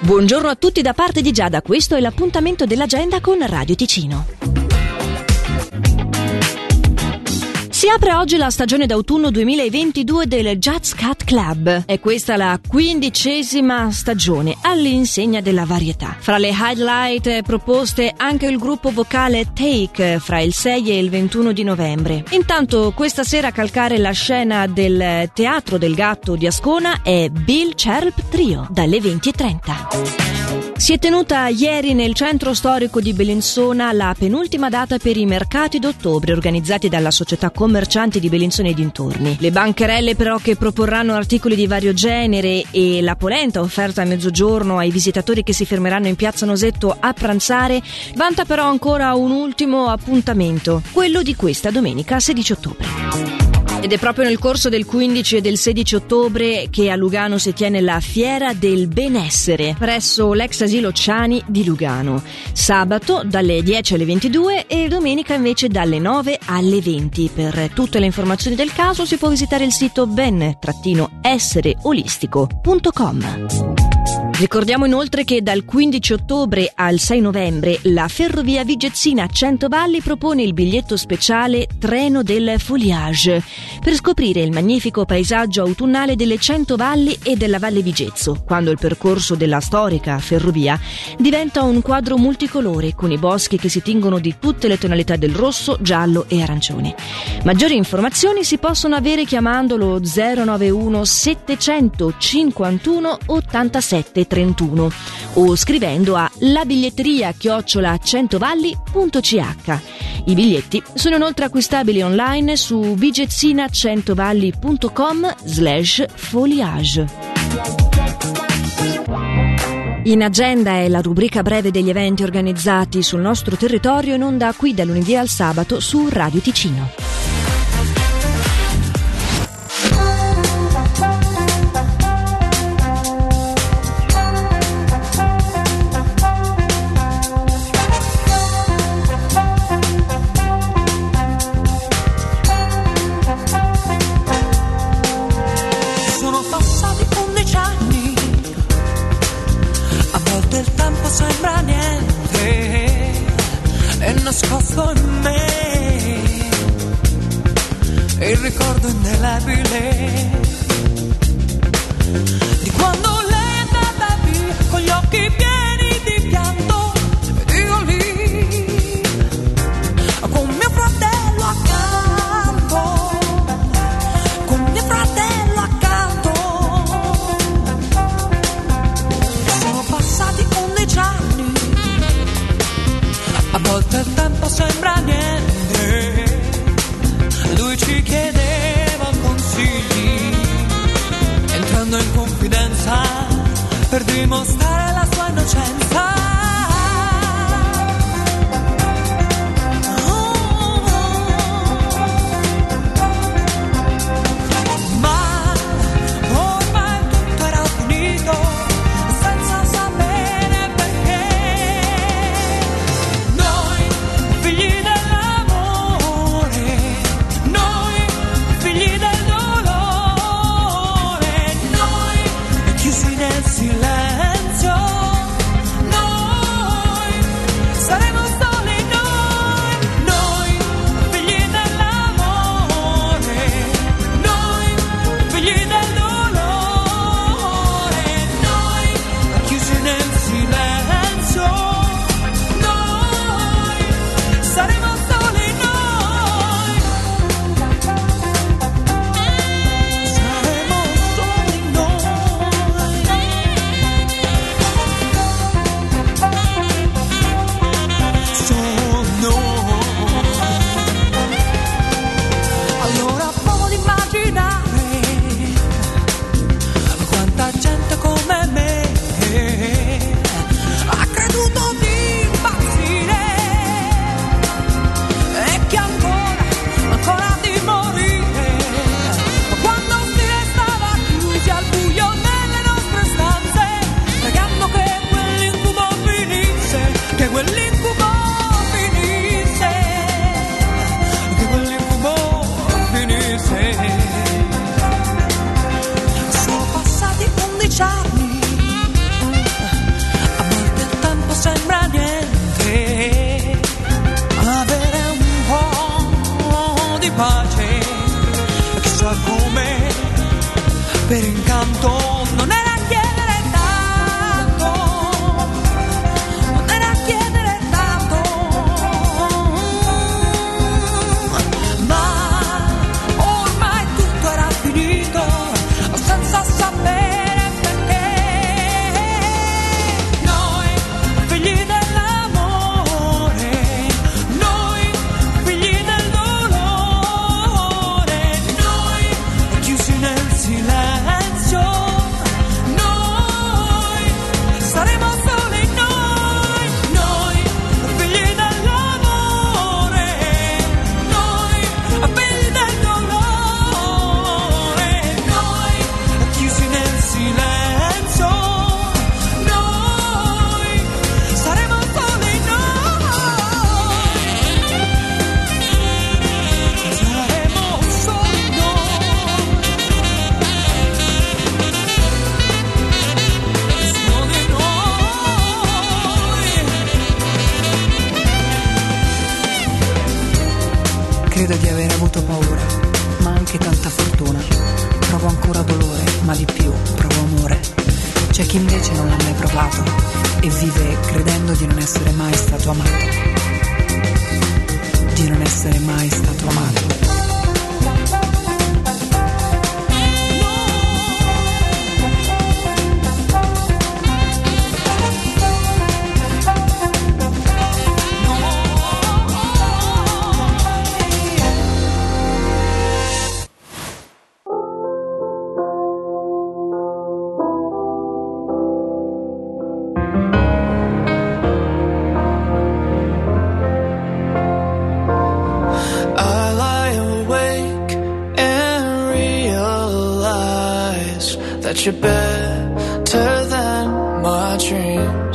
Buongiorno a tutti da parte di Giada, questo è l'appuntamento dell'agenda con Radio Ticino. Si apre oggi la stagione d'autunno 2022 del Jazz Cat Club. È questa la 15ª stagione, all'insegna della varietà. Fra le highlight proposte anche il gruppo vocale Take fra il 6 e il 21 di novembre. Intanto questa sera a calcare la scena del Teatro del Gatto di Ascona è Bill Cherub Trio, dalle 20:30. Si è tenuta ieri nel centro storico di Bellinzona la penultima data per i mercati d'ottobre organizzati dalla società commercianti di Bellinzona e dintorni. Le bancherelle però che proporranno articoli di vario genere e la polenta offerta a mezzogiorno ai visitatori che si fermeranno in piazza Nosetto a pranzare vanta però ancora un ultimo appuntamento, quello di questa domenica 16 ottobre. Ed è proprio nel corso del 15 e del 16 ottobre che a Lugano si tiene la Fiera del Benessere presso l'ex asilo Ciani di Lugano. Sabato dalle 10 alle 22 e domenica invece dalle 9 alle 20. Per tutte le informazioni del caso si può visitare il sito ben-essereolistico.com. Ricordiamo inoltre che dal 15 ottobre al 6 novembre la Ferrovia Vigezzina Centovalli propone il biglietto speciale Treno del Foliage per scoprire il magnifico paesaggio autunnale delle Centovalli e della Valle Vigezzo, quando il percorso della storica ferrovia diventa un quadro multicolore con i boschi che si tingono di tutte le tonalità del rosso, giallo e arancione. Maggiori informazioni si possono avere chiamando lo 091 751 87 31 o scrivendo a labiglietteria@centovalli.ch. I biglietti sono inoltre acquistabili online su vigezzinacentovanli.com/foliage. In agenda è la rubrica breve degli eventi organizzati sul nostro territorio in onda qui da lunedì al sabato su Radio Ticino. Sembra niente, è nascosto in me, il ricordo indelebile di quando lei è andata via con gli occhi pieni di pianto ed io lì con mio fratello accanto, con mio fratello accanto. Sono passati 11 anni, a volte il tempo sembra niente, lui ci chiedeva consigli, entrando in confidenza per dimostrare la sua innocenza. Silenzio, no. per incanto non era chiedere tanto, non era chiedere tanto, ma ormai tutto era finito senza sapere perché. Noi figli dell'amore, noi figli del dolore, noi chiusi nel silenzio, noi saremo soli, noi figli dell'amore, noi figli del dolore, noi chiusi nel silenzio, noi saremo soli, saremo soli soli Credo di aver avuto paura, ma anche tanta fortuna. Provo ancora dolore, ma di più provo amore. C'è chi invece non l'ha mai provato e vive credendo di non essere mai stato amato. Di non essere mai stato amato. I lie awake and realize that you're better than my dreams.